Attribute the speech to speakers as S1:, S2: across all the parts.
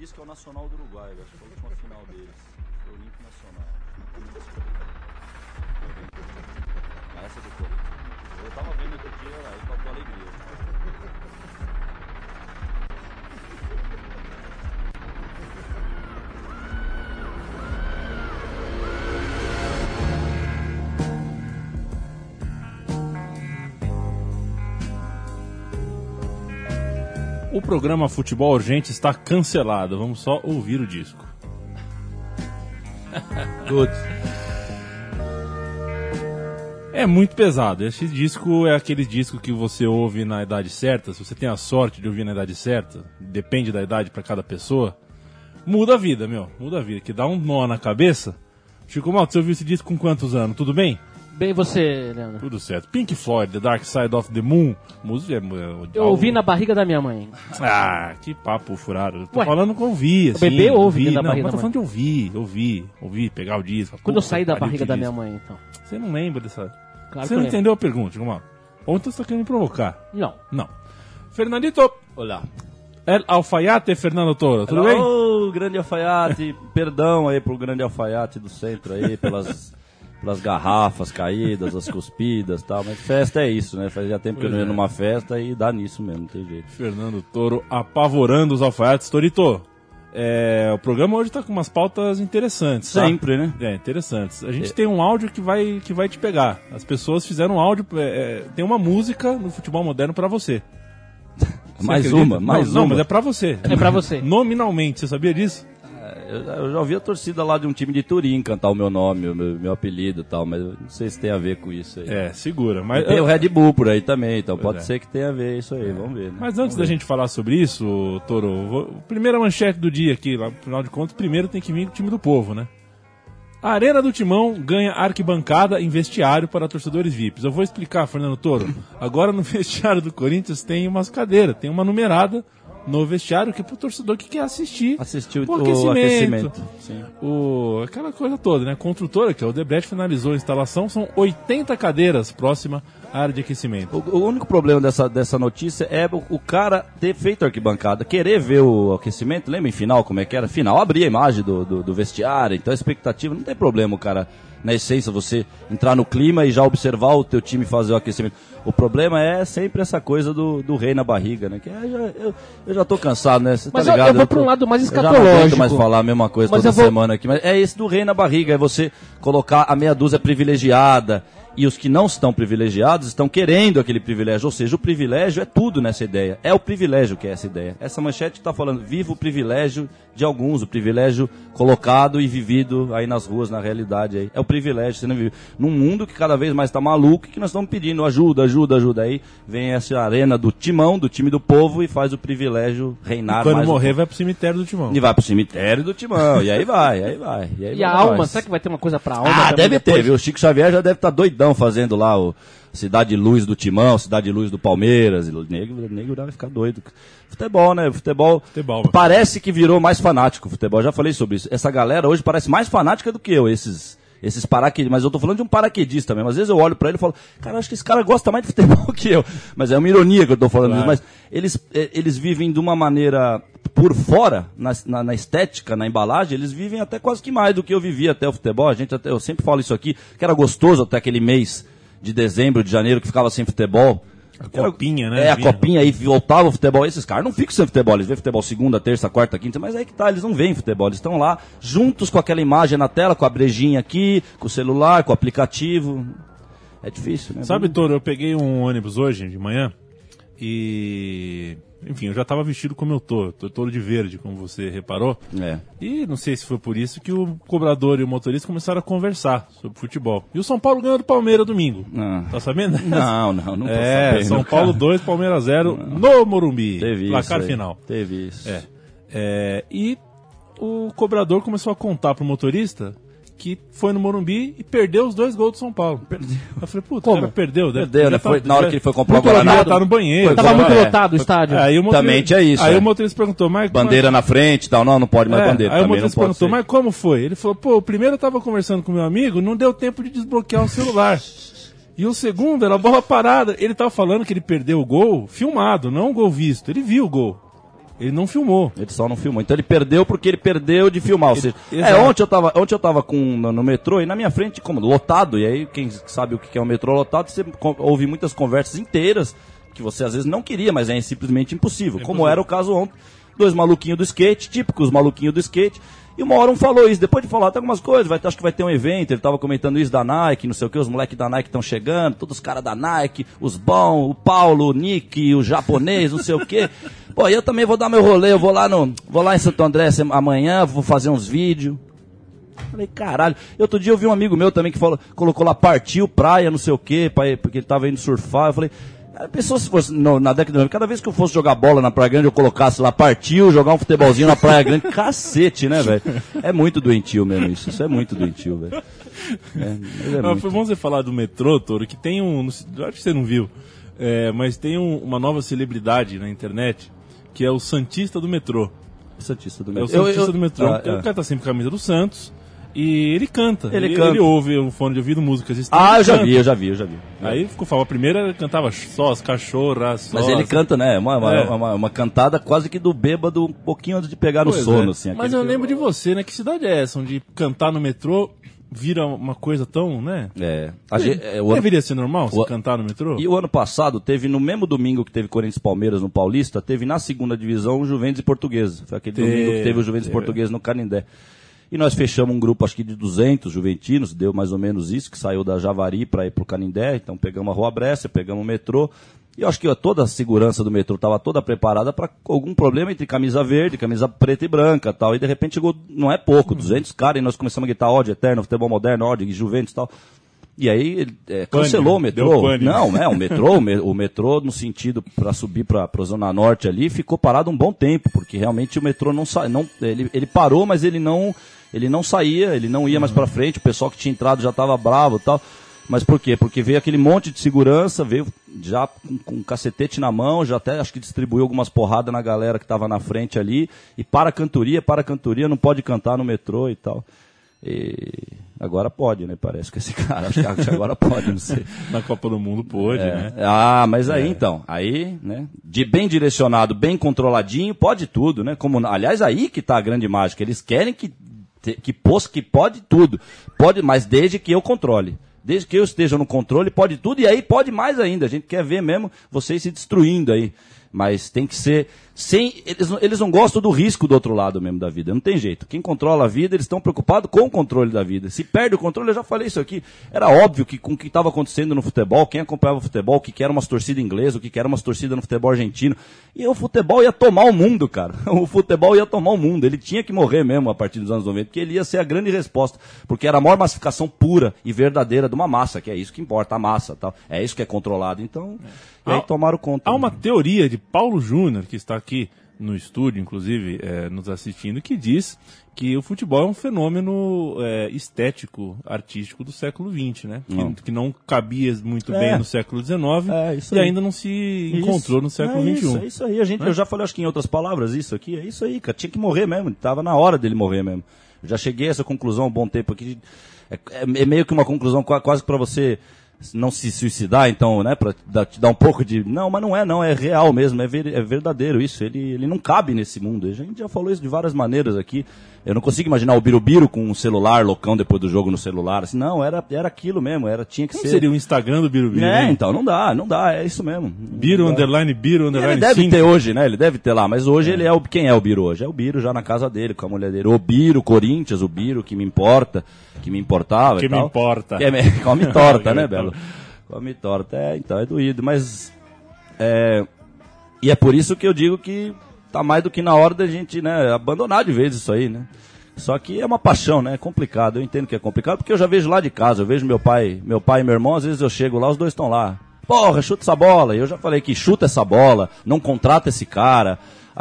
S1: disse que é o Nacional do Uruguai, acho que foi a última final deles. Foi o Olímpico Nacional. Mas essa do Corinthians. Eu tava vendo outro dia, aí faltou alegria.
S2: O programa Futebol Urgente está cancelado. Vamos só ouvir o disco.
S1: Good.
S2: É muito pesado. Esse disco é aquele disco que você ouve na idade certa. Se você tem a sorte de ouvir na idade certa, depende da idade para cada pessoa, muda a vida, meu. Muda a vida. Que dá um nó na cabeça. Chico Malta, você ouviu esse disco com quantos anos? Tudo bem?
S3: Bem você, Leandro.
S2: Tudo certo. Pink Floyd, The Dark Side of the Moon. Música
S3: eu ouvi na barriga da minha mãe.
S2: Ah, que papo furado. Eu tô
S3: Ué,
S2: falando que eu ouvi, assim.
S3: O bebê ouve
S2: ouvi.
S3: na
S2: Não,
S3: barriga
S2: mas tô
S3: da mãe.
S2: falando de ouvir, pegar o disco.
S3: Quando eu saí da
S2: pariu,
S3: barriga
S2: que
S3: da
S2: disco.
S3: minha mãe, então.
S2: Você não lembra dessa...
S3: Claro
S2: você
S3: que
S2: não
S3: eu
S2: entendeu a pergunta, Chico Malta? Ou então você tá querendo me provocar?
S3: Não.
S2: Fernandito.
S1: Olá.
S2: El Alfaiate, Fernando Toro, tudo bem?
S1: Ô, grande alfaiate. Perdão aí pro grande alfaiate do centro aí, pelas garrafas caídas, as cuspidas e tal, mas festa é isso, né? Fazia tempo que eu não ia numa festa e dá nisso mesmo, não tem jeito.
S2: Fernando Toro apavorando os alfaiates. Torito, o programa hoje tá com umas pautas interessantes, tá?
S1: Sempre, né?
S2: É, interessantes. A gente tem um áudio que vai te pegar. As pessoas fizeram um áudio, tem uma música no futebol moderno pra você.
S1: Mais
S2: acredita?
S1: uma.
S2: Não, mas é pra você.
S3: É pra você.
S2: Nominalmente, você sabia disso?
S1: Eu já ouvi a torcida lá de um time de Turim cantar o meu nome, o meu apelido e tal, mas eu não sei se tem a ver com isso aí.
S2: Segura. Mas,
S1: E tem o Red Bull por aí também, então
S2: Pois
S1: pode ser que tenha a ver isso aí, vamos ver. Né?
S2: Mas antes da gente falar sobre isso, Toro, primeira manchete do dia aqui, lá, afinal de contas, primeiro tem que vir o time do povo, né? A Arena do Timão ganha arquibancada em vestiário para torcedores VIPs. Eu vou explicar, Fernando Toro. Agora no vestiário do Corinthians tem umas cadeiras, tem uma numerada no vestiário que é pro torcedor que quer assistir
S1: o aquecimento. Sim.
S2: Aquela coisa toda, né? Construtora, que é o Odebrecht, finalizou a instalação, são 80 cadeiras próxima à área de aquecimento.
S1: O único problema dessa notícia é o cara ter feito a arquibancada, querer ver o aquecimento. Lembra em final como é que era? Final, abrir a imagem do vestiário, então a expectativa, não tem problema o cara, na essência, você entrar no clima e já observar o teu time fazer o aquecimento. O problema é sempre essa coisa do rei na barriga, né? Que eu já tô cansado, né? Você
S3: Mas
S1: tá ligado?
S3: eu vou pra um lado mais
S1: Eu já não
S3: escatológico.
S1: aguento mais falar a mesma coisa
S3: Mas
S1: toda
S3: eu vou-
S1: semana aqui. Mas é esse do rei na barriga, é você colocar a meia dúzia privilegiada e os que não estão privilegiados estão querendo aquele privilégio. Ou seja, o privilégio é tudo nessa ideia. É o privilégio que é essa ideia. Essa manchete está falando, viva o privilégio de alguns, o privilégio colocado e vivido aí nas ruas, na realidade. Aí. É o privilégio, você não vive. Num mundo que cada vez mais está maluco e que nós estamos pedindo ajuda. Aí vem essa arena do Timão, do time do povo, e faz o privilégio reinar.
S2: Quando
S1: mais
S2: morrer, vai pro cemitério do Timão.
S1: E vai pro cemitério do Timão. E aí vai.
S3: E a alma, será que vai ter uma coisa pra alma? também
S1: Deve ter,
S3: depois?
S1: viu? O Chico Xavier já deve estar doidão fazendo lá o Cidade Luz do Timão, Cidade Luz do Palmeiras. O nego vai ficar doido. Futebol, né? Futebol parece que virou mais fanático. Futebol, já falei sobre isso. Essa galera hoje parece mais fanática do que eu, esses paraquedistas. Mas eu tô falando de um paraquedista mesmo. Às vezes eu olho pra ele e falo, cara, acho que esse cara gosta mais de futebol que eu. Mas é uma ironia que eu tô falando
S2: Claro.
S1: isso. Mas eles vivem de uma maneira por fora, na estética, na embalagem, eles vivem até quase que mais do que eu vivia até o futebol. Eu sempre falo isso aqui, que era gostoso até aquele mês de dezembro, de janeiro, que ficava sem futebol.
S2: A copinha, né?
S1: A copinha, aí voltava o futebol. Esses caras não ficam sem futebol, eles veem futebol segunda, terça, quarta, quinta, mas aí que tá, eles não veem futebol, eles estão lá juntos com aquela imagem na tela, com a brejinha aqui, com o celular, com o aplicativo. É difícil, né?
S2: Sabe, Toro, eu peguei um ônibus hoje de manhã e... Enfim, eu já estava vestido como eu tô todo de verde, como você reparou. E não sei se foi por isso que o cobrador e o motorista começaram a conversar sobre futebol. E o São Paulo ganhou do Palmeiras domingo. Tá sabendo?
S1: Não tô sabendo.
S2: São Paulo 2, Palmeiras 0 no Morumbi.
S1: Teve
S2: placar
S1: isso.
S2: final.
S1: Teve isso.
S2: E o cobrador começou a contar pro motorista que foi no Morumbi e perdeu os 2 gols do São Paulo. Eu falei, puta, o cara perdeu.
S1: Perdeu, né? Na hora que ele foi comprar o
S2: Guaraná.
S1: Guaraná.
S2: Tá no banheiro.
S3: Tava muito lotado o estádio.
S2: Aí o motorista,
S1: Também tinha isso.
S2: Aí o motorista perguntou, mas...
S1: Bandeira na frente e tal. Não pode mais bandeira.
S2: Aí o
S1: Também não
S2: motorista
S1: pode
S2: perguntou,
S1: ser.
S2: mas como foi? Ele falou, pô, o primeiro eu tava conversando com meu amigo, não deu tempo de desbloquear o celular. E o segundo era a bola parada. Ele tava falando que ele perdeu o gol filmado, não o gol visto. Ele viu o gol. Ele não filmou.
S1: Ele só não filmou. Então ele perdeu porque ele perdeu de filmar. Ou seja, ontem eu tava no metrô e na minha frente, como lotado, e aí quem sabe o que é um metrô lotado, você ouve muitas conversas inteiras que você às vezes não queria, mas é simplesmente impossível. Como era o caso ontem, dois maluquinhos do skate, típicos maluquinhos do skate, e uma hora um falou isso, depois de falar até algumas coisas, acho que vai ter um evento, ele tava comentando isso da Nike, não sei o que, os moleques da Nike estão chegando, todos os caras da Nike, os bons, o Paulo, o Nick, o japonês, não sei o que. Pô, eu também vou dar meu rolê, eu vou lá em Santo André amanhã, vou fazer uns vídeos. Falei, caralho. E outro dia eu vi um amigo meu também que colocou lá, partiu praia, não sei o que, porque ele tava indo surfar. Eu falei, pensou se fosse na década de 90, cada vez que eu fosse jogar bola na Praia Grande, eu colocasse lá, partiu, jogar um futebolzinho na Praia Grande. Cacete, né, velho? É muito doentio mesmo isso. Isso é muito doentio, velho.
S2: Foi bom você falar do metrô, Toro, que tem acho que você não viu, mas tem uma nova celebridade na internet, que é o Santista do Metrô.
S1: Santista do Metrô.
S2: É o Santista do Metrô. O cara tá sempre com a camisa do Santos. E ele canta. Ele ouve um fone de ouvido, músicas estranhas.
S1: Eu já vi.
S2: Aí ficou falando, a primeira ele cantava só as cachorras, só.
S1: Mas ele canta, né? Uma cantada quase que do bêbado, um pouquinho antes de pegar no sono, assim.
S2: Mas eu lembro de você, né? Que cidade é essa? Onde cantar no metrô vira uma coisa tão, né?
S1: Deveria
S2: ser normal você cantar no metrô?
S1: E o ano passado, teve no mesmo domingo que teve Corinthians e Palmeiras no Paulista, teve na segunda divisão o Juventus e Portuguesa. Foi aquele domingo que teve o Juventus e Portuguesa no Canindé. E nós fechamos um grupo, acho que de 200 juventinos, deu mais ou menos isso, que saiu da Javari para ir para o Canindé. Então pegamos a Rua Brescia, pegamos o metrô. E eu acho que toda a segurança do metrô estava toda preparada para algum problema entre camisa verde, camisa preta e branca e tal. E de repente chegou, não é pouco, 200 caras, e nós começamos a gritar ódio eterno, futebol moderno, ódio, Juventus e tal. E aí cancelou o metrô. Não, o metrô no sentido para subir para a Zona Norte ali, ficou parado um bom tempo, porque realmente o metrô não sai, ele parou, mas ele não saía, ele não ia mais para frente, o pessoal que tinha entrado já estava bravo e tal. Mas por quê? Porque veio aquele monte de segurança, veio já com um cacetete na mão, já até acho que distribuiu algumas porradas na galera que estava na frente ali, e para a cantoria, não pode cantar no metrô e tal. E agora pode, né? Parece que esse cara, acho que agora pode, não sei.
S2: Na Copa do Mundo pode, né?
S1: Mas aí né? De bem direcionado, bem controladinho, pode tudo, né? Aliás, aí que tá a grande mágica. Eles querem que pode tudo. Pode, mas desde que eu controle. Desde que eu esteja no controle, pode tudo, e aí pode mais ainda. A gente quer ver mesmo vocês se destruindo aí. Mas tem que ser sem... Eles não gostam do risco do outro lado mesmo da vida. Não tem jeito. Quem controla a vida, eles estão preocupados com o controle da vida. Se perde o controle, eu já falei isso aqui. Era óbvio que com o que estava acontecendo no futebol, quem acompanhava o futebol, o que era umas torcidas inglesas, o que era umas torcidas no futebol argentino. E o futebol ia tomar o mundo, cara. O futebol ia tomar o mundo. Ele tinha que morrer mesmo a partir dos anos 90, porque ele ia ser a grande resposta. Porque era a maior massificação pura e verdadeira de uma massa, que é isso que importa, a massa. Tal. É isso que é controlado. Então, e aí tomaram conta.
S2: Há uma teoria de Paulo Júnior, que está aqui no estúdio, inclusive, nos assistindo, que diz que o futebol é um fenômeno estético, artístico do século XX, né? Que não cabia muito bem no século XIX e ainda não se encontrou no século XXI.
S1: É isso aí, eu já falei, acho que em outras palavras, isso aqui, é isso aí, cara. Tinha que morrer mesmo, estava na hora dele morrer mesmo. Eu já cheguei a essa conclusão há um bom tempo aqui. É meio que uma conclusão quase para você não se suicidar, então, né, pra te dar um pouco de... Não, mas não é real mesmo, é verdadeiro isso, ele não cabe nesse mundo. A gente já falou isso de várias maneiras aqui. Eu não consigo imaginar o Birubiru com um celular loucão depois do jogo no celular. Assim, não, era aquilo mesmo, tinha que ser.
S2: Seria o Instagram do Birubiru?
S1: Então, não dá, é isso mesmo.
S2: Biru, underline 5.
S1: Ele deve ter hoje, né, ele deve ter lá, mas hoje ele quem é o Biru hoje? É o Biru já na casa dele, com a mulher dele. O Biru, Corinthians, o Biru que me importava e tal.
S2: Me importa.
S1: Come torta, né, Belo? Come torta, então é doído, mas... E é por isso que eu digo que tá mais do que na hora da gente, né, abandonar de vez isso aí, né? Só que é uma paixão, né? É complicado, eu entendo que é complicado, porque eu já vejo lá de casa, eu vejo meu pai e meu irmão, às vezes eu chego lá, os dois estão lá. Porra, chuta essa bola. E eu já falei que chuta essa bola, não contrata esse cara.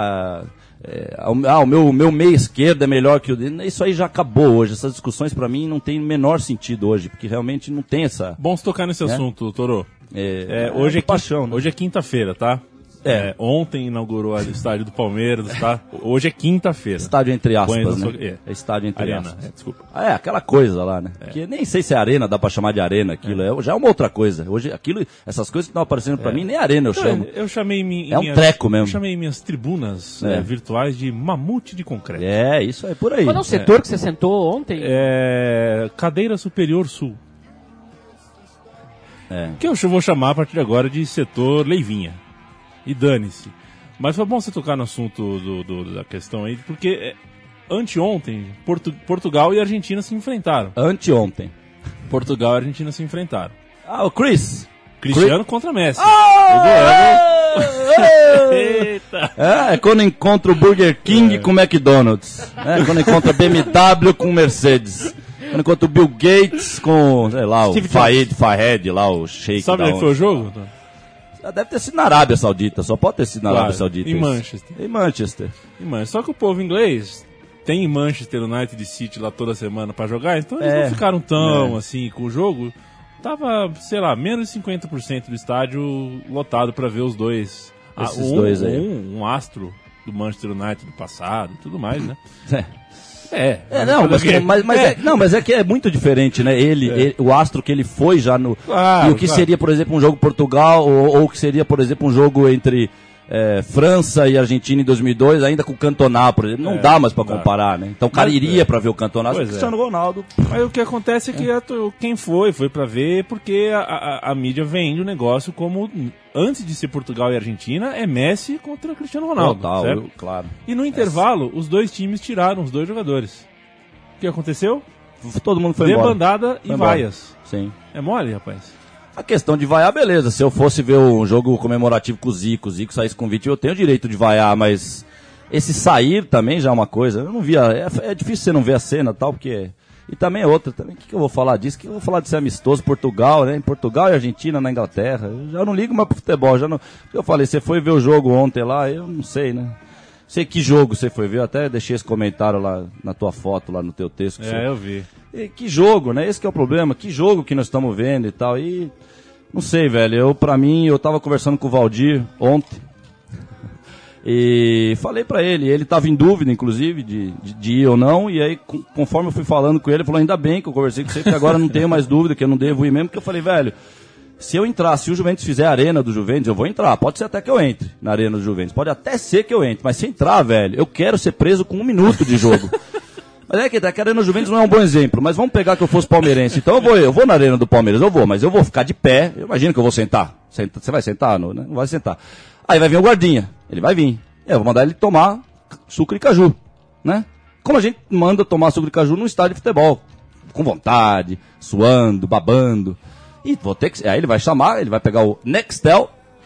S1: O meu meio esquerdo é melhor que o dele. Isso aí já acabou hoje. Essas discussões pra mim não tem o menor sentido hoje, porque realmente não tem essa...
S2: Bom se tocar nesse assunto, Toro.
S1: Hoje é paixão, né?
S2: Hoje é quinta-feira, tá? Ontem inaugurou o estádio do Palmeiras, tá? Hoje é quinta-feira.
S1: Estádio entre aspas,
S2: Põe na
S1: né?
S2: sua-
S1: É estádio entre
S2: Arena,
S1: aspas.
S2: desculpa.
S1: Aquela coisa lá, né? Que nem sei se é arena, dá pra chamar de arena aquilo. Já é uma outra coisa. Hoje, essas coisas que estão aparecendo pra mim, nem arena eu chamo.
S2: Eu chamei
S1: É um treco mesmo.
S2: Eu chamei minhas tribunas
S1: É.
S2: virtuais de mamute de concreto.
S1: Isso é por aí.
S3: Qual é o setor que você sentou ontem?
S2: Cadeira Superior Sul.
S1: É.
S2: Que eu vou chamar a partir de agora de setor Leivinha. E dane-se. Mas foi bom você tocar no assunto da questão aí, porque anteontem, Portugal e Argentina se enfrentaram.
S1: Anteontem.
S2: Portugal e Argentina se enfrentaram.
S1: O Chris.
S2: Cristiano contra Messi. Eita!
S1: É quando encontra o Burger King com o McDonald's. Quando encontra a BMW com o Mercedes. Quando encontra o Bill Gates com, sei lá, o
S3: Steve
S1: Fahed lá, o Sheik.
S2: Sabe onde foi o jogo?
S1: Deve ter sido na Arábia Saudita, só pode ter sido na
S2: Claro,
S1: Arábia Saudita.
S2: em
S1: isso.
S2: Manchester.
S1: Em Manchester.
S2: Só que o povo inglês tem Manchester United e City lá toda semana pra jogar, então eles não ficaram tão assim com o jogo. Tava, sei lá, menos de 50% do estádio lotado pra ver os dois.
S1: Esses dois aí.
S2: Um astro do Manchester United do passado e tudo mais, né?
S1: Mas é que é muito diferente, né? Ele, o astro que ele foi já no.
S2: Claro,
S1: e o que seria, por exemplo, um jogo Portugal, ou o que seria, por exemplo, um jogo entre França e Argentina em 2002, ainda com o Cantona, por exemplo. Não dá mais pra comparar, né? Então o cara iria pra ver o Cantona, o Cristiano Ronaldo.
S2: Mas o que acontece é que quem foi pra ver, porque a mídia vende o negócio como, antes de ser Portugal e Argentina, é Messi contra Cristiano Ronaldo.
S1: Total,
S2: certo?
S1: claro.
S2: E no intervalo, os dois times tiraram os dois jogadores. O que aconteceu?
S1: Todo mundo foi embora.
S2: Debandada e
S1: Foi embora.
S2: vaias.
S1: Sim.
S2: É mole, rapaz?
S1: A questão de vaiar, beleza. Se eu fosse ver um jogo comemorativo com o Zico saísse com 20, eu tenho o direito de vaiar, mas esse sair também já é uma coisa. Eu não via. É difícil você não ver a cena e tal, porque. E também é outra. Também, o que eu vou falar disso? O que eu vou falar de ser amistoso? Portugal, né? Em Portugal e Argentina na Inglaterra. Eu já não ligo mais pro futebol. Já não. Eu falei, você foi ver o jogo ontem lá? Eu não sei, né? Sei que jogo você foi ver. Eu até deixei esse comentário lá na tua foto, lá no teu texto.
S2: Eu vi.
S1: E que jogo, né? Esse que é o problema. Que jogo que nós estamos vendo e tal. E não sei, velho. Pra mim, eu tava conversando com o Valdir ontem. E falei pra ele tava em dúvida, inclusive, de ir ou não. E aí, conforme eu fui falando com ele falou, ainda bem que eu conversei com você, porque agora não tenho mais dúvida, que eu não devo ir mesmo. Porque eu falei, velho, se eu entrar, se o Juventus fizer a arena do Juventus, eu vou entrar. Pode ser até que eu entre na arena do Juventus. Pode até ser que eu entre. Mas se entrar, velho, eu quero ser preso com 1 minuto de jogo. Mas que a arena do Juventus não é um bom exemplo. Mas vamos pegar que eu fosse palmeirense. Então eu vou na arena do Palmeiras, mas eu vou ficar de pé. Eu imagino que eu vou sentar. Você vai sentar? Não vai sentar. Aí vai vir o guardinha. Ele vai vir. Eu vou mandar ele tomar suco de caju, né? Como a gente manda tomar suco de caju num estádio de futebol. Com vontade, suando, babando. E vou ter que. Aí ele vai chamar, ele vai pegar o Nextel.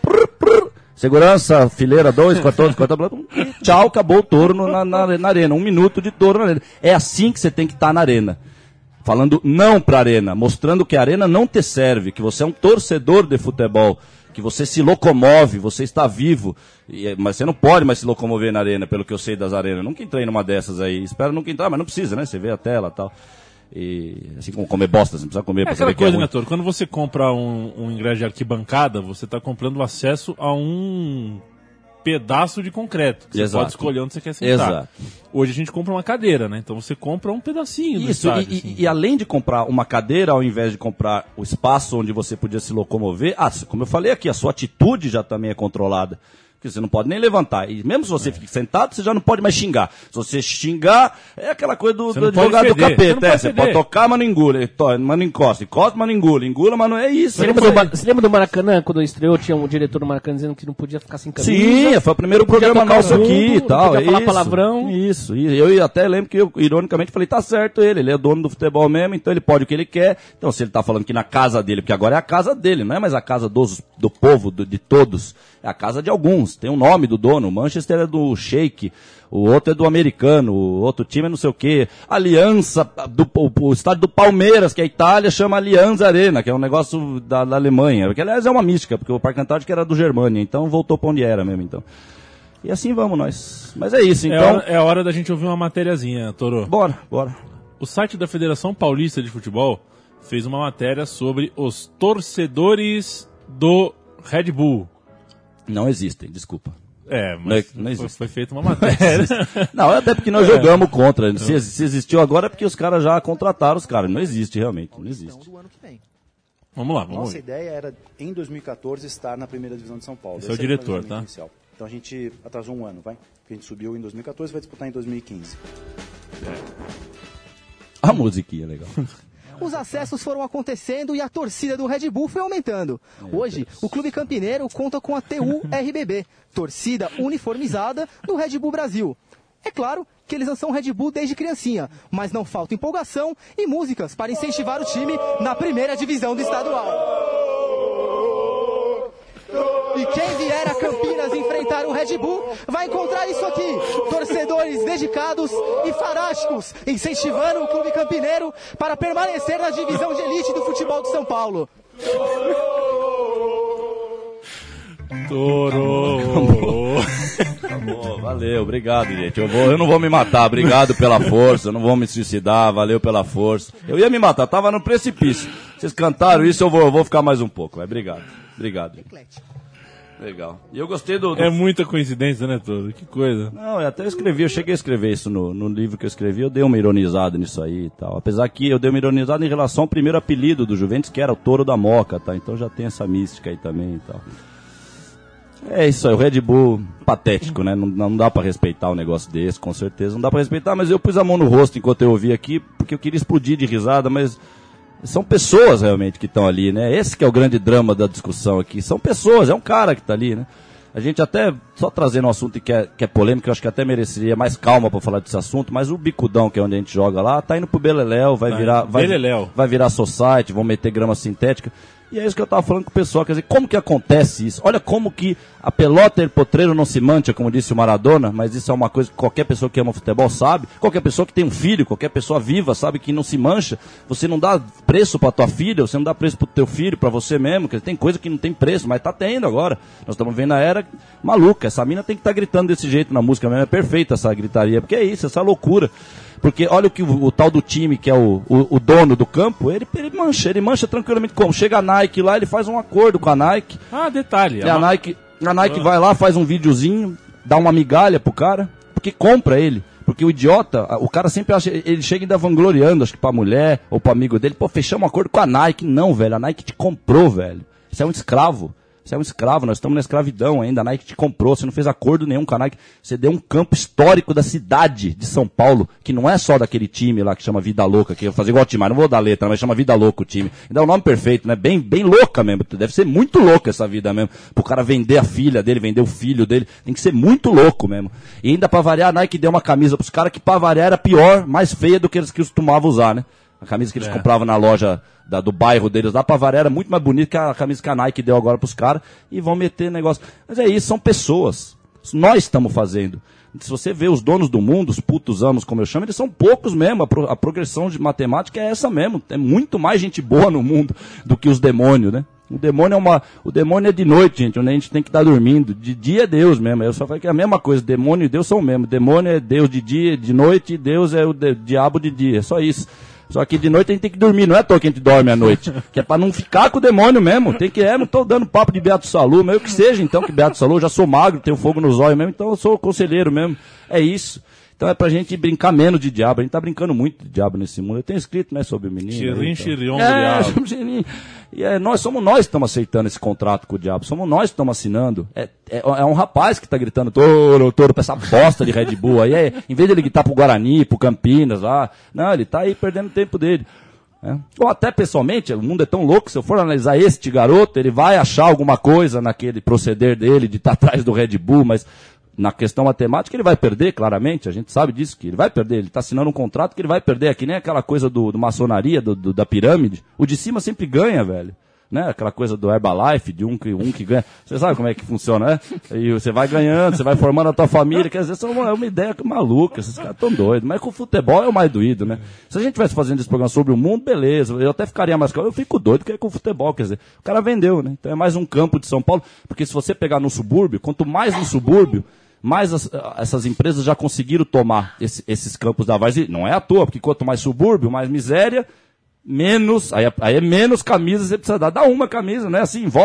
S1: Segurança, fileira 2, 14, e tchau, acabou o touro na arena. 1 minuto de touro na arena. É assim que você tem que estar na arena. Falando não pra arena, mostrando que a arena não te serve, que você é um torcedor de futebol, que você se locomove, você está vivo, mas você não pode mais se locomover na arena, pelo que eu sei das arenas. Eu nunca entrei numa dessas aí, espero nunca entrar, mas não precisa, né? Você vê a tela e tal. E assim como comer bosta, você não precisa comer pra saber
S2: aquela
S1: que é
S2: coisa,
S1: ruim.
S2: né, Toro? Quando você compra um ingresso de arquibancada, você está comprando acesso a um pedaço de concreto. Que você pode escolher onde você quer sentar.
S1: Exato.
S2: Hoje a gente compra uma cadeira, né? Então você compra um pedacinho do
S1: Isso,
S2: estádio.
S1: e além de comprar uma cadeira, ao invés de comprar o espaço onde você podia se locomover, como eu falei aqui, a sua atitude já também é controlada. Porque você não pode nem levantar. E mesmo se você fica sentado, você já não pode mais xingar. Se você xingar, é aquela coisa do advogado do capeta. Você pode tocar, mas não engula. Mas não encosta, mas não engula. Engula, mas não é isso.
S3: Você lembra do Maracanã, quando estreou, tinha um diretor do Maracanã dizendo que não podia ficar sem camisa?
S1: Sim, foi o primeiro programa nosso aqui e tal.
S3: Não podia falar palavrão.
S1: Isso. E eu até lembro que eu, ironicamente, falei, tá certo ele é dono do futebol mesmo, então ele pode o que ele quer. Então se ele tá falando que na casa dele, porque agora é a casa dele, não é mais a casa do povo, de todos. É a casa de alguns, tem um nome do dono. O Manchester é do Sheik, o outro é do americano, o outro time é não sei o quê. Aliança, o estádio do Palmeiras, que é a Itália, chama Allianz Arena, que é um negócio da Alemanha. Que aliás é uma mística, porque o Parque Antártico era do Germânia, então voltou pra onde era mesmo. Então. E assim vamos nós. Mas é isso, então.
S2: É hora da gente ouvir uma matériazinha, Toro.
S1: Bora.
S2: O site da Federação Paulista de Futebol fez uma matéria sobre os torcedores do Red Bull.
S1: Não existem, desculpa.
S2: Mas
S1: não existe.
S2: foi feita uma matéria.
S1: Não, até porque nós jogamos contra. Se existiu agora é porque os caras já contrataram os caras. Não existe realmente, não existe.
S4: Do ano que vem.
S2: Vamos lá, vamos
S4: Nossa
S2: ver.
S4: ideia era, em 2014, estar na primeira divisão de São Paulo.
S2: Esse é o
S4: era
S2: diretor,
S4: planejamento
S2: tá?
S4: inicial. Então a gente atrasou um ano, vai? Porque a gente subiu em 2014, vai disputar em 2015.
S1: A musiquinha é legal.
S5: Os acessos foram acontecendo e a torcida do Red Bull foi aumentando. Hoje, o Clube Campineiro conta com a TU-RBB, torcida uniformizada do Red Bull Brasil. É claro que eles não são Red Bull desde criancinha, mas não falta empolgação e músicas para incentivar o time na primeira divisão do estadual. E quem vier a Campinas enfrentar o Red Bull vai encontrar isso aqui. Torcedores dedicados e fanáticos, incentivando o Clube Campineiro para permanecer na divisão de elite do futebol de São Paulo.
S2: Toro!
S1: Acabou, valeu, obrigado, gente. Eu não vou me matar, obrigado pela força, eu não vou me suicidar, valeu pela força. Eu ia me matar, tava no precipício. Vocês cantaram isso, eu vou ficar mais um pouco. Obrigado, gente. Legal. E eu gostei do...
S2: É muita coincidência, né, Toro? Que coisa.
S1: Não, eu cheguei a escrever isso no livro que eu escrevi, eu dei uma ironizada nisso aí e tal. Apesar que eu dei uma ironizada em relação ao primeiro apelido do Juventus, que era o Touro da Moca, tá? Então já tem essa mística aí também e tal. É isso aí, o Red Bull patético, né? Não dá pra respeitar um negócio desse, com certeza. Não dá pra respeitar, mas eu pus a mão no rosto enquanto eu ouvi aqui, porque eu queria explodir de risada, mas... São pessoas realmente que estão ali, né? Esse que é o grande drama da discussão aqui. São pessoas, é um cara que está ali, né? A gente até, só trazendo um assunto que é polêmico, eu acho que até mereceria mais calma para falar desse assunto, mas o Bicudão, que é onde a gente joga lá, tá indo pro Beleléu, vai virar society, vão meter grama sintética. E é isso que eu tava falando com o pessoal, quer dizer, como que acontece isso? Olha como que a pelota e o potreiro não se mancha, como disse o Maradona, mas isso é uma coisa que qualquer pessoa que ama futebol sabe, qualquer pessoa que tem um filho, qualquer pessoa viva sabe que não se mancha, você não dá preço pra tua filha, você não dá preço pro teu filho, pra você mesmo, quer dizer, tem coisa que não tem preço, mas tá tendo agora. Nós estamos vendo a era maluca, essa mina tem que estar gritando desse jeito na música mesmo, é perfeita essa gritaria, porque é isso, essa loucura. Porque olha o que o tal do time, que é o dono do campo, ele mancha tranquilamente como? Chega a Nike lá, ele faz um acordo com a Nike.
S2: Ah, detalhe.
S1: E a Nike vai lá, faz um videozinho, dá uma migalha pro cara, porque compra ele. Porque o idiota, o cara sempre acha, ele chega ainda vangloriando, acho que pra mulher ou pro amigo dele, pô, fechamos um acordo com a Nike. Não, velho, a Nike te comprou, velho. Você é um escravo. Você é um escravo, nós estamos na escravidão ainda, a Nike te comprou, você não fez acordo nenhum com a Nike, você deu um campo histórico da cidade de São Paulo, que não é só daquele time lá que chama Vida Louca, que eu vou fazer igual o time, mas não vou dar letra, mas chama Vida Louca o time. Ainda é o nome perfeito, né? Bem louca mesmo, deve ser muito louca essa vida mesmo, pro cara vender a filha dele, vender o filho dele, tem que ser muito louco mesmo. E ainda pra variar, a Nike deu uma camisa pros caras que pra variar era pior, mais feia do que eles costumavam usar, né? A camisa que eles compravam na loja do bairro deles lá, pra variar, era muito mais bonita que a camisa que a Nike deu agora pros caras, e vão meter negócio. Mas é isso, são pessoas. Nós estamos fazendo. Se você vê os donos do mundo, os putos amos, como eu chamo, eles são poucos mesmo. A progressão de matemática é essa mesmo. Tem muito mais gente boa no mundo do que os demônios, né? O demônio é de noite, gente, onde a gente tem que estar dormindo. De dia é Deus mesmo. Eu só falei que é a mesma coisa. Demônio e Deus são o mesmo. Demônio é Deus de dia, de noite, e Deus é o diabo de dia. É só isso. Só que de noite a gente tem que dormir, não é à toa que a gente dorme à noite. Que é pra não ficar com o demônio mesmo. Não tô dando papo de Beato Salu, mas eu que seja então que Beato Salu, eu já sou magro, tenho fogo nos olhos mesmo, então eu sou conselheiro mesmo. É isso. Então é pra gente brincar menos de diabo. A gente tá brincando muito de diabo nesse mundo. Eu tenho escrito, né, sobre o menino.
S2: Xirion do diabo.
S1: Somos nós que estamos aceitando esse contrato com o diabo. Somos nós que estamos assinando. É um rapaz que tá gritando touro, pra essa bosta de Red Bull. Aí, em vez de ele gritar pro Guarani, pro Campinas lá, não, ele tá aí perdendo o tempo dele. Ou até pessoalmente, o mundo é tão louco, se eu for analisar este garoto, ele vai achar alguma coisa naquele proceder dele de estar atrás do Red Bull, mas na questão matemática ele vai perder, claramente, a gente sabe disso, que ele vai perder, ele está assinando um contrato que ele vai perder, é que nem aquela coisa do maçonaria, da pirâmide, o de cima sempre ganha, velho. Né? Aquela coisa do Herbalife, de um que ganha. Você sabe como é que funciona, né? E você vai ganhando, você vai formando a tua família, quer dizer, isso é uma ideia maluca, esses caras estão doidos. Mas com o futebol é o mais doído, né? Se a gente estivesse fazendo esse programa sobre o mundo, beleza, eu até ficaria mais calmo. Eu fico doido que é com o futebol, quer dizer, o cara vendeu, né? Então é mais um campo de São Paulo, porque se você pegar no subúrbio, quanto mais no subúrbio, mais essas empresas já conseguiram tomar esses campos da várzea. Não é à toa, porque quanto mais subúrbio, mais miséria, menos, aí é menos camisas você precisa dar. Dá uma camisa, né? Assim, voto.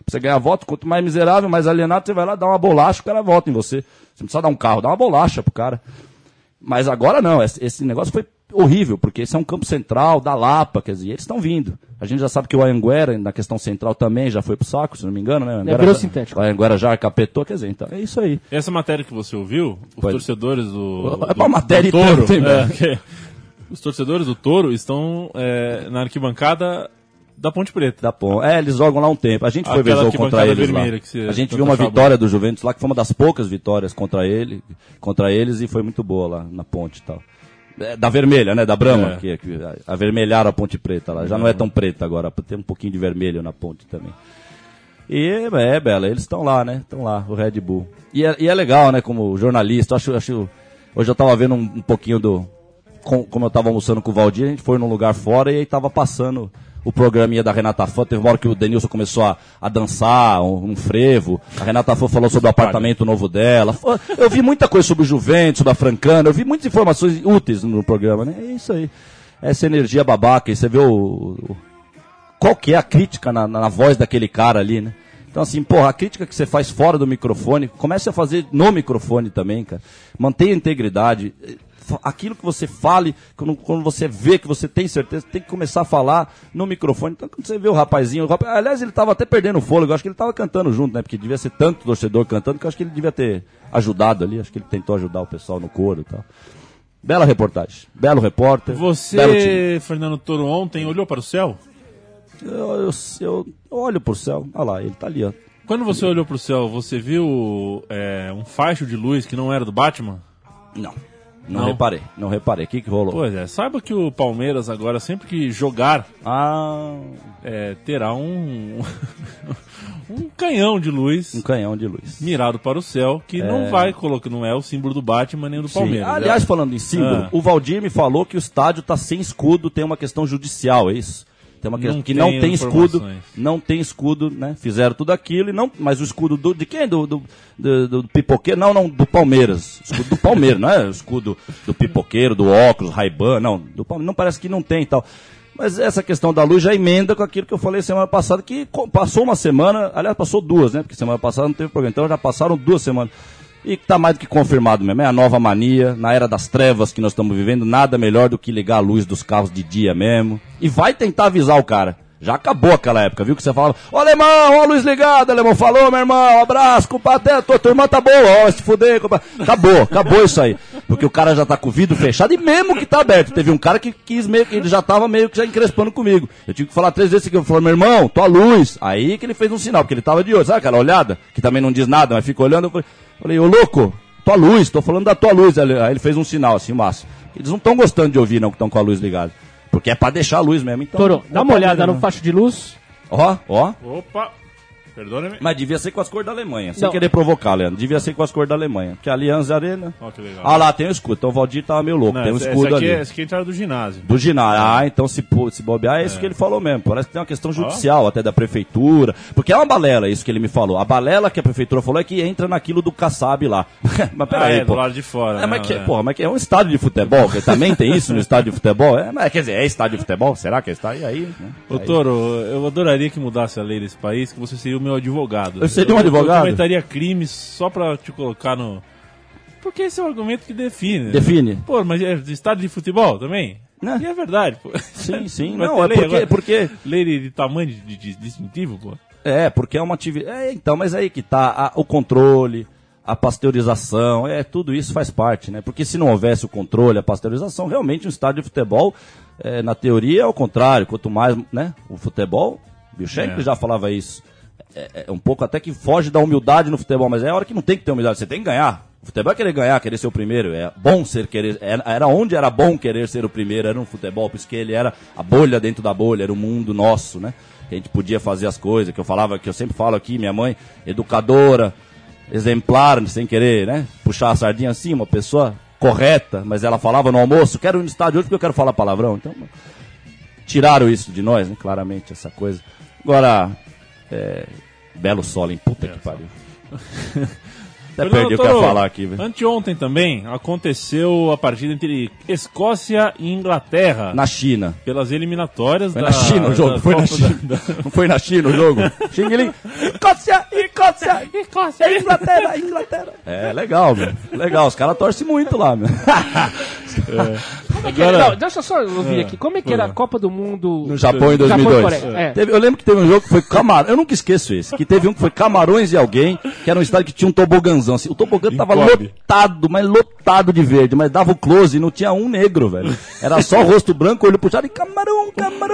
S1: Pra você ganhar voto, quanto mais miserável, mais alienado, você vai lá dar uma bolacha, o cara vota em você. Você não precisa dar um carro, dá uma bolacha pro cara. Mas agora não, esse negócio foi horrível, porque esse é um campo central da Lapa, quer dizer, eles estão vindo. A gente já sabe que o Anhanguera, na questão central também, já foi pro saco, se não me engano, né?
S3: Virou sintético.
S1: O Anhanguera já capetou, quer dizer, então é isso aí.
S2: Essa matéria que você ouviu, os torcedores do
S1: É uma matéria
S2: do Touro,
S1: tanto, hein, velho?
S2: os torcedores do Touro estão na arquibancada da Ponte Preta.
S1: Eles jogam lá um tempo. A gente foi ver
S2: Aquela
S1: jogo contra
S2: arquibancada
S1: eles lá.
S2: vermelha que você
S1: A gente
S2: tanto
S1: viu uma
S2: achava
S1: vitória do Juventus lá, que foi uma das poucas vitórias contra eles, e foi muito boa lá na ponte e tal. Da vermelha, né? Da Brahma, que avermelharam a Ponte Preta lá. Já não é tão preta agora, tem um pouquinho de vermelho na ponte também. E, Bela, eles estão lá, né? Estão lá, o Red Bull. E é legal, né? Como jornalista, acho hoje eu tava vendo um pouquinho como eu tava almoçando com o Valdir, a gente foi num lugar fora e aí tava passando o programinha da Renata Fã. Teve uma hora que o Denilson começou a dançar, um frevo. A Renata Fã falou sobre o apartamento novo dela. Eu vi muita coisa sobre o Juventus, sobre a Francana. Eu vi muitas informações úteis no programa, né? É isso aí. Essa energia babaca. E você vê qual que é a crítica na voz daquele cara ali, né? Então, assim, porra, a crítica que você faz fora do microfone, comece a fazer no microfone também, cara. Mantenha a integridade. Aquilo que você fale, quando você vê que você tem certeza, tem que começar a falar no microfone. Então, quando você vê o rapazinho, aliás, ele estava até perdendo o fôlego, acho que ele estava cantando junto, né? Porque devia ser tanto torcedor cantando que eu acho que ele devia ter ajudado ali, acho que ele tentou ajudar o pessoal no coro e tal. Bela reportagem, belo repórter.
S2: Você, Fernando Toro, ontem olhou para o céu?
S1: Eu olho pro céu, olha lá, ele tá ali, ó.
S2: Quando você olhou para o céu, você viu um facho de luz que não era do Batman?
S1: Não reparei. O que rolou?
S2: Pois é, saiba que o Palmeiras agora, sempre que jogar, terá um canhão de luz.
S1: Um canhão de luz.
S2: Mirado para o céu, que não vai colocar, não é o símbolo do Batman nem do Palmeiras.
S1: Aliás, falando em símbolo, o Valdir me falou que o estádio tá sem escudo, tem uma questão judicial, é isso? Tem uma questão que não tem escudo, né? Fizeram tudo aquilo, mas o escudo de quem? Do pipoqueiro? Não, do Palmeiras. Escudo do Palmeiras, não é o escudo do pipoqueiro, do óculos, Ray-Ban, não. Do Palmeiras, não, parece que não tem e tal. Mas essa questão da luz já emenda com aquilo que eu falei semana passada, que passou uma semana, aliás, passou duas, né? Porque semana passada não teve programa, então já passaram 2 semanas. E que está mais do que confirmado mesmo, é a nova mania, na era das trevas que nós estamos vivendo, nada melhor do que ligar a luz dos carros de dia mesmo. E vai tentar avisar o cara. Já acabou aquela época, viu? Que você falava, ô alemão, ó a luz ligada, alemão, falou, meu irmão, abraço, compadre, a tua irmã tá boa, ó, se fuder, compadre. Acabou isso aí. Porque o cara já tá com o vidro fechado e mesmo que tá aberto. Teve um cara que quis meio que, ele já tava meio que já encrespando comigo. Eu tive que falar 3 vezes que eu falei, meu irmão, tua luz. Aí que ele fez um sinal, porque ele tava de olho, sabe aquela olhada? Que também não diz nada, mas fica olhando, eu falei, ô louco, tua luz, tô falando da tua luz. Aí ele fez um sinal assim, Márcio. Eles não estão gostando de ouvir não, que estão com a luz ligada. Porque é pra deixar a luz mesmo, então.
S3: Toro, dá uma olhada no facho de luz.
S1: Ó.
S2: Opa, perdona-me.
S1: Mas devia ser com as cores da Alemanha. Sem querer provocar, Leandro. Devia ser com as cores da Alemanha. Porque a Aliança Arena.
S2: Ó, que legal.
S1: Ah lá, tem um escudo. Então o Valdir tava meio louco.
S2: Não,
S1: tem um escudo ali.
S2: Esse aqui é a entrada do ginásio.
S1: Do ginásio. Então se bobear é isso que ele falou mesmo. Parece que tem uma questão judicial até da prefeitura. Porque é uma balela isso que ele me falou. A balela que a prefeitura falou é que entra naquilo do Kassab lá. Mas peraí,
S2: do lado de fora.
S1: Mas que é um estádio de futebol. Que também tem isso no estádio de futebol. Mas quer dizer, é estádio de futebol? Será que é estádio? E aí? Né?
S2: Ô Toro, eu adoraria que mudasse a lei desse país, que você seria o meu advogado.
S1: Eu seria um advogado?
S2: Eu comentaria crimes só pra te colocar no... Porque esse é o argumento que define.
S1: Define.
S2: Né? Pô, mas é estádio de futebol também?
S1: Né?
S2: E é verdade, pô.
S1: Sim.
S2: Não, é porque... Lei de tamanho de distintivo, pô.
S1: É, porque é uma atividade... então, mas aí que tá o controle, a pasteurização, tudo isso faz parte, né? Porque se não houvesse o controle, a pasteurização, realmente um estádio de futebol, na teoria é o contrário. Quanto mais, né, o futebol, Bill Shankly já falava isso. É um pouco até que foge da humildade no futebol, mas é a hora que não tem que ter humildade, você tem que ganhar. O futebol é querer ganhar, querer ser o primeiro, é bom era onde era bom querer ser o primeiro, era no futebol, por isso que ele era a bolha dentro da bolha, era o mundo nosso, né? Que a gente podia fazer as coisas, que eu sempre falo aqui, minha mãe, educadora, exemplar, sem querer, né? Puxar a sardinha assim, uma pessoa correta, mas ela falava no almoço, quero ir no estádio hoje porque eu quero falar palavrão, então tiraram isso de nós, né? Claramente, essa coisa. Agora... belo solo, hein? Puta que pariu. Até perdi o que eu ia falar aqui, velho.
S2: Anteontem também aconteceu a partida entre Escócia e Inglaterra.
S1: Na China.
S2: Pelas eliminatórias
S1: Foi na China o jogo, foi na China. Não foi na China o jogo? Xing-ling. Escócia, Inglaterra. É, legal, meu. Legal, os caras torcem muito lá, meu.
S3: Não, deixa eu só ouvir aqui. Como é que era a Copa do Mundo
S1: No Japão em 2002. Eu lembro que teve um jogo que foi Camarões. Eu nunca esqueço esse. Que teve um que foi Camarões e alguém, que era um estádio que tinha um toboganzão. Assim, o tobogã tava lotado, mas lotado de verde. Mas dava o close e não tinha um negro, velho. Era só rosto branco, olho puxado e camarão.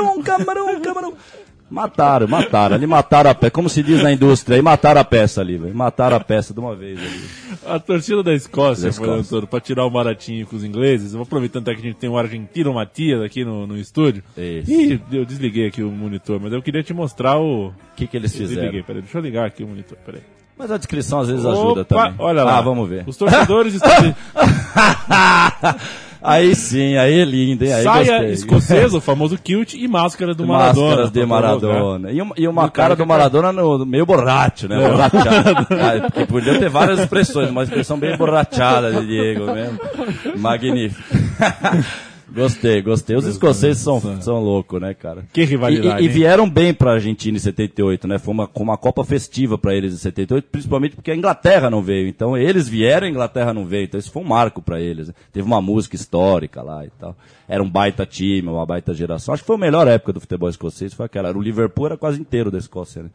S1: Mataram. Ali mataram a peça. Como se diz na indústria, aí mataram a peça ali, velho. Mataram a peça de uma vez ali.
S2: A torcida da Escócia, para tirar o baratinho com os ingleses, eu vou aproveitando até que a gente tem um argentino Matias aqui no estúdio.
S1: Isso.
S2: E eu desliguei aqui o monitor, mas eu queria te mostrar o
S1: que eles fizeram.
S2: Peraí, deixa eu ligar aqui o monitor, peraí.
S1: Mas a descrição às vezes ajuda também.
S2: Olha lá.
S1: Vamos ver.
S2: Os torcedores estão...
S1: Aí sim, aí é lindo, hein? Aí
S2: saia
S1: gostei.
S2: escocesa, o famoso kilt e máscara do Maradona.
S1: Máscaras de Maradona. E uma cara do Maradona meio borracho, né? Borrachado. Porque podia ter várias expressões, uma expressão bem borrachada de Diego mesmo. Magnífico. Gostei. Os escoceses são loucos, né, cara?
S2: Que rivalidade.
S1: E vieram bem pra Argentina em 78, né? Foi uma Copa festiva pra eles em 78, principalmente porque a Inglaterra não veio. Então eles vieram, a Inglaterra não veio. Então isso foi um marco pra eles. Né? Teve uma música histórica lá e tal. Era um baita time, uma baita geração. Acho que foi a melhor época do futebol escocês, foi aquela. O Liverpool era quase inteiro da Escócia, né?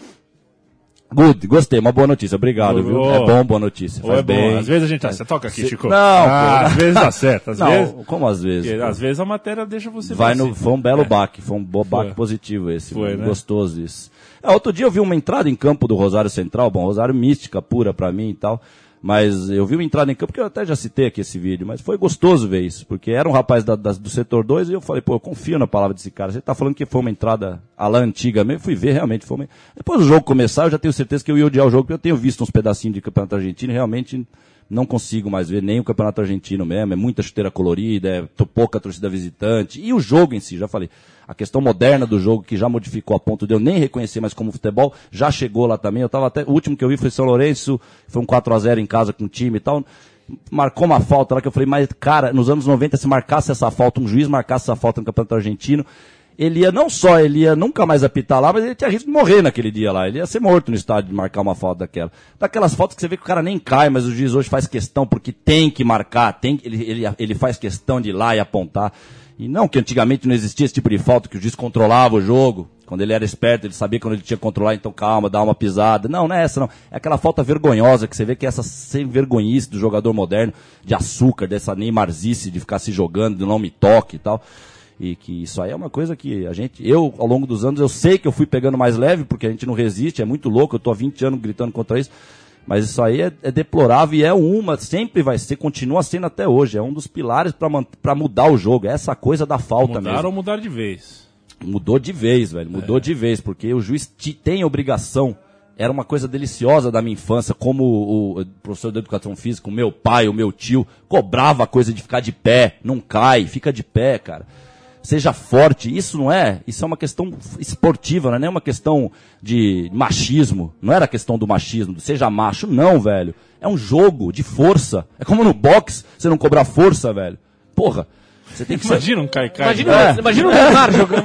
S1: Good, gostei, uma boa notícia, obrigado, viu? É bom, boa notícia, faz bem.
S2: Às vezes a gente você toca aqui, Chico.
S1: Não,
S2: às vezes dá certo, às vezes.
S1: Como às vezes?
S2: Às vezes a matéria deixa você
S1: Foi um belo baque, foi um baque positivo esse,
S2: foi, né?
S1: Gostoso isso. Outro dia eu vi uma entrada em campo do Rosário Central, Rosário mística pura pra mim e tal. Mas eu vi uma entrada em campo, porque eu até já citei aqui esse vídeo, mas foi gostoso ver isso, porque era um rapaz do setor 2 e eu falei, eu confio na palavra desse cara. Você tá falando que foi uma entrada à la antiga mesmo, fui ver, realmente foi uma... Depois do jogo começar, eu já tenho certeza que eu ia odiar o jogo, porque eu tenho visto uns pedacinhos de campeonato argentino e realmente não consigo mais ver nem o campeonato argentino mesmo, é muita chuteira colorida, é pouca torcida visitante, e o jogo em si, já falei. A questão moderna do jogo, que já modificou a ponto de eu nem reconhecer mais como futebol, já chegou lá também. O último que eu vi foi São Lourenço, foi um 4-0 em casa com o time e tal. Marcou uma falta lá que eu falei, mas cara, nos anos 90, se marcasse essa falta, um juiz marcasse essa falta no Campeonato Argentino, ele ia nunca mais apitar lá, mas ele tinha risco de morrer naquele dia lá. Ele ia ser morto no estádio de marcar uma falta daquela. Daquelas faltas que você vê que o cara nem cai, mas o juiz hoje faz questão, porque tem que marcar, ele faz questão de ir lá e apontar. E não que antigamente não existia esse tipo de falta, que o juiz controlava o jogo. Quando ele era esperto, ele sabia quando ele tinha que controlar, então calma, dá uma pisada. Não é essa não. É aquela falta vergonhosa que você vê que é essa sem vergonhice do jogador moderno, de açúcar, dessa neymarzice de ficar se jogando, de não me toque e tal. E que isso aí é uma coisa que eu, ao longo dos anos, eu sei que eu fui pegando mais leve, porque a gente não resiste, é muito louco, eu tô há 20 anos gritando contra isso. Mas isso aí é deplorável e sempre vai ser, continua sendo até hoje. É um dos pilares para mudar o jogo. É essa coisa da falta mesmo.
S2: Mudaram ou mudar de vez?
S1: Mudou de vez, velho. Mudou de vez, porque o juiz tem obrigação. Era uma coisa deliciosa da minha infância, como o professor de educação física, o meu pai, o meu tio, cobrava a coisa de ficar de pé. Não cai, fica de pé, cara. Seja forte, isso é uma questão esportiva, não é nem uma questão de machismo, não era a questão do machismo, seja macho, não, velho, é um jogo de força, é como no boxe, você não cobrar força, velho, porra, você tem que
S2: Imagina um cai-cai.
S3: Imagina um Neymar jogando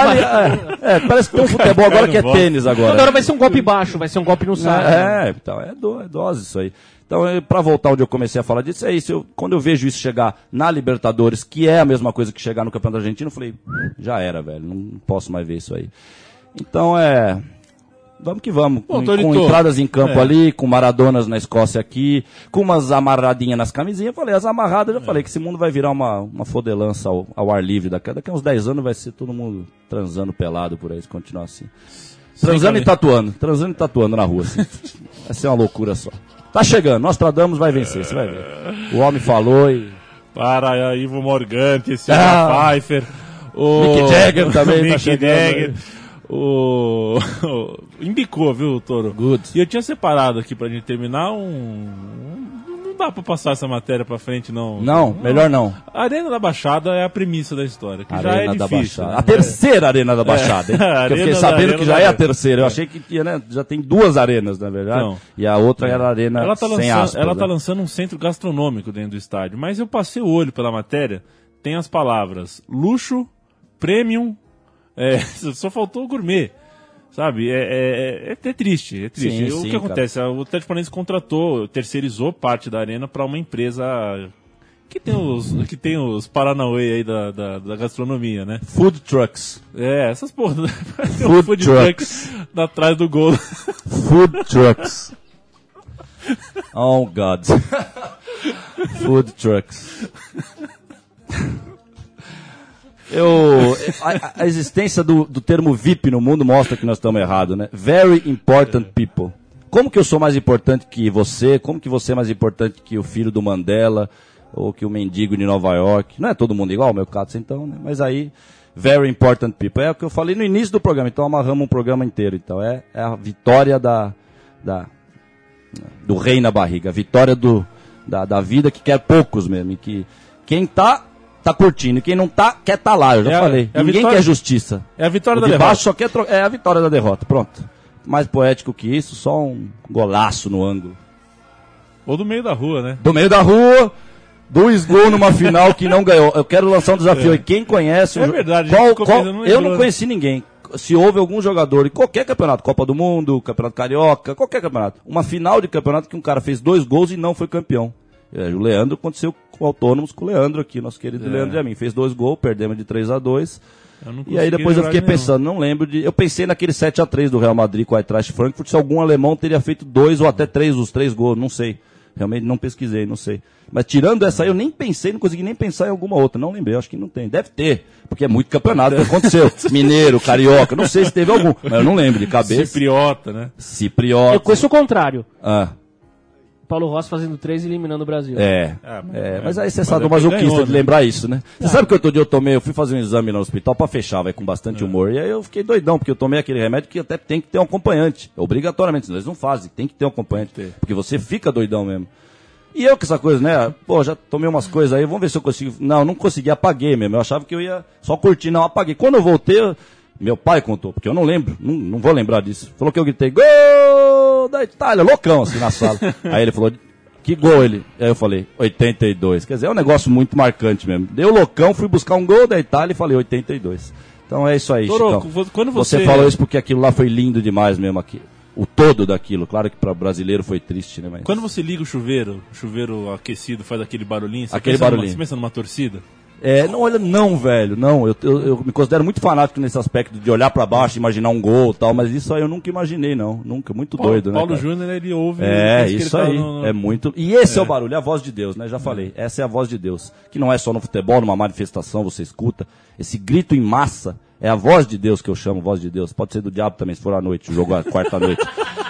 S1: parece que tem um futebol agora que é tênis agora.
S3: Agora vai ser um golpe baixo, vai ser um golpe no saco.
S1: Então é dose isso aí. Então, para voltar onde eu comecei a falar disso, é isso. Quando eu vejo isso chegar na Libertadores, que é a mesma coisa que chegar no Campeonato Argentino, eu falei, já era, velho, não posso mais ver isso aí. Então, vamos que vamos. Com entradas em campo ali, com Maradonas na Escócia aqui, com umas amarradinhas nas camisinhas. Eu falei, as amarradas, eu já falei que esse mundo vai virar uma fodelança ao ar livre. Daqui a uns 10 anos vai ser todo mundo transando pelado por aí, se continuar assim. Transando e tatuando na rua, assim. Vai ser uma loucura só. Tá chegando, Nostradamus vai vencer, você vai ver. O homem falou e...
S2: Para Ivo Morgante, esse Pfeiffer.
S1: Mick Jagger também
S2: Mick
S1: tá chegando.
S2: Embicou, viu, Toro?
S1: Good.
S2: E eu tinha separado aqui pra gente terminar um dá pra passar essa matéria pra frente, não.
S1: Não, melhor não.
S2: A Arena da Baixada é a premissa da história, que já é
S1: Arena da
S2: difícil.
S1: Baixada.
S2: Né?
S1: A terceira Arena da Baixada, hein? Porque eu
S2: Arena
S1: fiquei
S2: da
S1: sabendo
S2: Arena
S1: que já
S2: da
S1: é a
S2: Arena.
S1: terceira. Eu achei que tinha, né? Já tem 2 arenas, na verdade.
S2: Não.
S1: E a outra era a arena
S2: Ela tá
S1: sem
S2: lançando,
S1: aspas.
S2: ela tá
S1: né?
S2: lançando um centro gastronômico dentro do estádio, mas eu passei o olho pela matéria, tem as palavras luxo, premium, só faltou o gourmet. Sabe, é triste, é triste.
S1: Sim,
S2: o
S1: sim,
S2: que acontece? O Atlético Paranaense terceirizou parte da arena para uma empresa que tem os Paranauê aí da gastronomia, né?
S1: Food trucks.
S2: Essas porra.
S1: Food trucks.
S2: Atrás do gol.
S1: Food trucks. Oh, God. Food trucks. A existência do termo VIP no mundo mostra que nós estamos errados, né? Very important people. Como que eu sou mais importante que você? Como que você é mais importante que o filho do Mandela? Ou que o mendigo de Nova York? Não é todo mundo igual, meu caso, então, né? Mas aí, very important people. É o que eu falei no início do programa, então amarramos um programa inteiro. Então é a vitória do rei na barriga. A vitória da vida que quer poucos mesmo. E que quem tá curtindo. E quem não tá, quer tá lá. Eu já falei. Ninguém quer justiça.
S2: É a vitória
S1: O
S2: da
S1: de
S2: derrota.
S1: baixo só quer é a vitória da derrota. Pronto. Mais poético que isso, só um golaço no ângulo.
S2: Ou do meio da rua, né?
S1: Do meio da rua, 2 gols numa final que não ganhou. Eu quero lançar um desafio aí. Quem conhece...
S2: É verdade, a gente ficou pensando, não
S1: eu
S2: lembrou,
S1: não conheci ninguém. Se houve algum jogador em qualquer campeonato, Copa do Mundo, Campeonato Carioca, qualquer campeonato, uma final de campeonato que um cara fez 2 gols e não foi campeão. O Leandro aconteceu com o Autônomos, com o Leandro aqui, nosso querido Leandro e a mim. Fez 2 gols, perdemos de 3-2. E aí depois eu fiquei pensando, não lembro de... Eu pensei naquele 7-3 do Real Madrid com o Eintracht Frankfurt, se algum alemão teria feito 2 ou até 3, os 3 gols, não sei. Realmente não pesquisei, não sei. Mas tirando essa aí, eu nem pensei, não consegui nem pensar em alguma outra. Não lembrei, acho que não tem. Deve ter, porque é muito campeonato que aconteceu. Mineiro, Carioca, não sei se teve algum, mas eu não lembro de cabeça.
S2: Cipriota, né?
S1: Cipriota.
S3: Eu conheço o contrário.
S1: Ah,
S3: Paulo Rossi fazendo 3 e eliminando o Brasil.
S1: mas aí você
S2: Mas
S1: sabe
S2: é
S1: o masoquista
S2: ganhou,
S1: de
S2: né?
S1: lembrar isso, né? Você sabe que outro dia eu fui fazer um exame lá no hospital pra fechar, vai com bastante humor. E aí eu fiquei doidão, porque eu tomei aquele remédio que até tem que ter um acompanhante. Obrigatoriamente, senão eles não fazem, tem que ter um acompanhante. Porque você fica doidão mesmo. E eu com essa coisa, né? Pô, já tomei umas coisas aí, vamos ver se eu consigo. Não consegui, apaguei mesmo. Eu achava que eu ia só curtir, não, apaguei. Quando eu voltei, meu pai contou, porque eu não lembro, não vou lembrar disso. Falou que eu gritei, gol da Itália, loucão assim na sala. Aí ele falou, que gol ele? Aí eu falei, 82. Quer dizer, é um negócio muito marcante mesmo. Deu loucão, fui buscar um gol da Itália e falei 82. Então é isso aí,
S2: Toro,
S1: Chicão.
S2: quando
S1: Você falou isso porque aquilo lá foi lindo demais mesmo aqui. O todo daquilo, claro que para o brasileiro foi triste, né? Mas...
S2: Quando você liga o chuveiro aquecido faz aquele barulhinho, você
S1: Aquele
S2: pensa
S1: barulhinho.
S2: Você pensa numa torcida?
S1: Não, olha, não, velho, não, eu me considero muito fanático nesse aspecto de olhar pra baixo, imaginar um gol e tal, mas isso aí eu nunca imaginei, não, nunca, muito doido, né,
S2: Paulo
S1: cara?
S2: Júnior, ele ouve...
S1: Isso aí, é muito... E esse é o barulho, é a voz de Deus, né, já falei, essa é a voz de Deus, que não é só no futebol, numa manifestação, você escuta, esse grito em massa, é a voz de Deus que eu chamo, voz de Deus, pode ser do diabo também, se for à noite, o jogo à quarta-noite.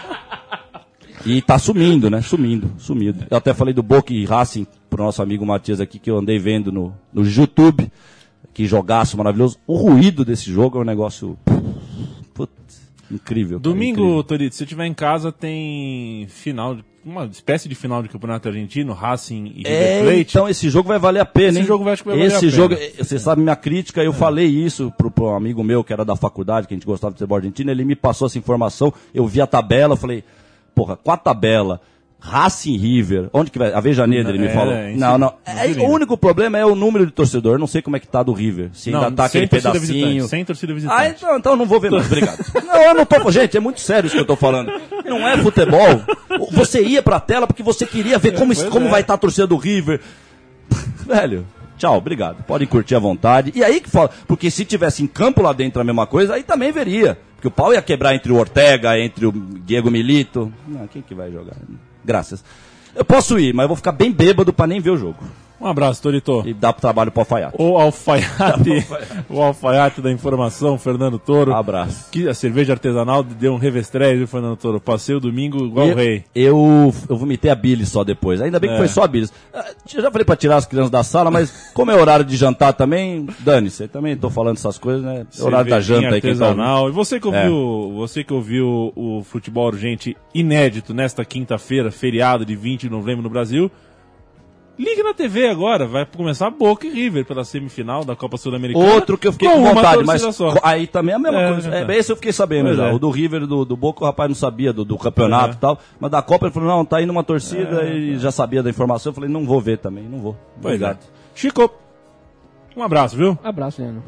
S1: E tá sumindo, né? Sumindo. Eu até falei do Boca e Racing pro nosso amigo Matias aqui, que eu andei vendo no YouTube. Que jogaço maravilhoso. O ruído desse jogo é um negócio... Putz, incrível. Cara,
S2: Domingo,
S1: incrível.
S2: Torito, se eu estiver em casa, tem uma espécie de final de campeonato argentino, Racing e River Plate.
S1: Então esse jogo vai valer a pena, hein?
S2: Esse jogo acho que vai valer a
S1: Esse
S2: pena.
S1: jogo, você sabe minha crítica, eu falei isso pro amigo meu que era da faculdade, que a gente gostava de futebol argentino, ele me passou essa informação, eu vi a tabela, falei... Porra, com a tabela, Racing River, onde que vai? Avejaneira, ele me falou. Não. O único problema é o número de torcedor. Eu não sei como é que tá do River. Se ainda tá aquele pedacinho.
S2: Sem torcida visitante.
S1: Então não vou ver mais, obrigado. Não, eu não tô. Gente, é muito sério isso que eu tô falando. Não é futebol. Você ia pra tela porque você queria ver como vai estar a torcida do River. Velho. Tchau, obrigado. Podem curtir à vontade. E aí que fala, porque se tivesse em campo lá dentro a mesma coisa, aí também veria. Porque o pau ia quebrar entre o Ortega, entre o Diego Milito. Não, quem que vai jogar? Graças. Eu posso ir, mas eu vou ficar bem bêbado pra nem ver o jogo.
S2: Um abraço, Torito.
S1: E dá pro trabalho pro alfaiate.
S2: O alfaiate da informação, Fernando Toro.
S1: Abraço.
S2: Que a cerveja artesanal deu um revestrez, viu, Fernando Toro? Passei o domingo igual o rei.
S1: Eu vomitei a bilis só depois. Ainda bem que foi só a bilis. Eu já falei pra tirar as crianças da sala, mas como é horário de jantar também, dane-se. Eu também tô falando essas coisas, né? É horário da janta aí.
S2: Artesanal. E você que ouviu o Futebol Urgente inédito nesta quinta-feira, feriado de 20 de novembro no Brasil, Ligue na TV agora, vai começar Boca e River pela semifinal da Copa Sul-Americana.
S1: Outro que eu fiquei com
S2: uma
S1: vontade, mas
S2: torcida só.
S1: aí também é a mesma coisa.
S2: tá.
S1: Esse eu fiquei sabendo
S2: Pois
S1: já.
S2: é.
S1: O do River, do Boca, o rapaz não sabia do campeonato e tal. Mas da Copa ele falou, não, tá indo uma torcida e já sabia da informação. Eu falei, não vou ver também, não vou.
S2: Pois
S1: Obrigado.
S2: é. Chico, um abraço, viu?
S3: Abraço, Leandro.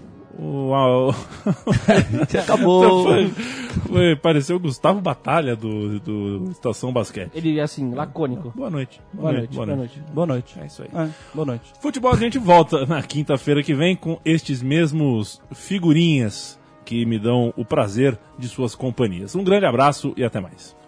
S1: Acabou.
S2: Pareceu o Gustavo Batalha do Estação Basquete.
S3: Ele, assim, lacônico.
S2: Boa noite.
S3: Boa noite.
S1: Boa noite.
S2: É isso aí.
S1: Boa noite.
S2: Futebol, a gente volta na quinta-feira que vem com estes mesmos figurinhas que me dão o prazer de suas companhias. Um grande abraço e até mais.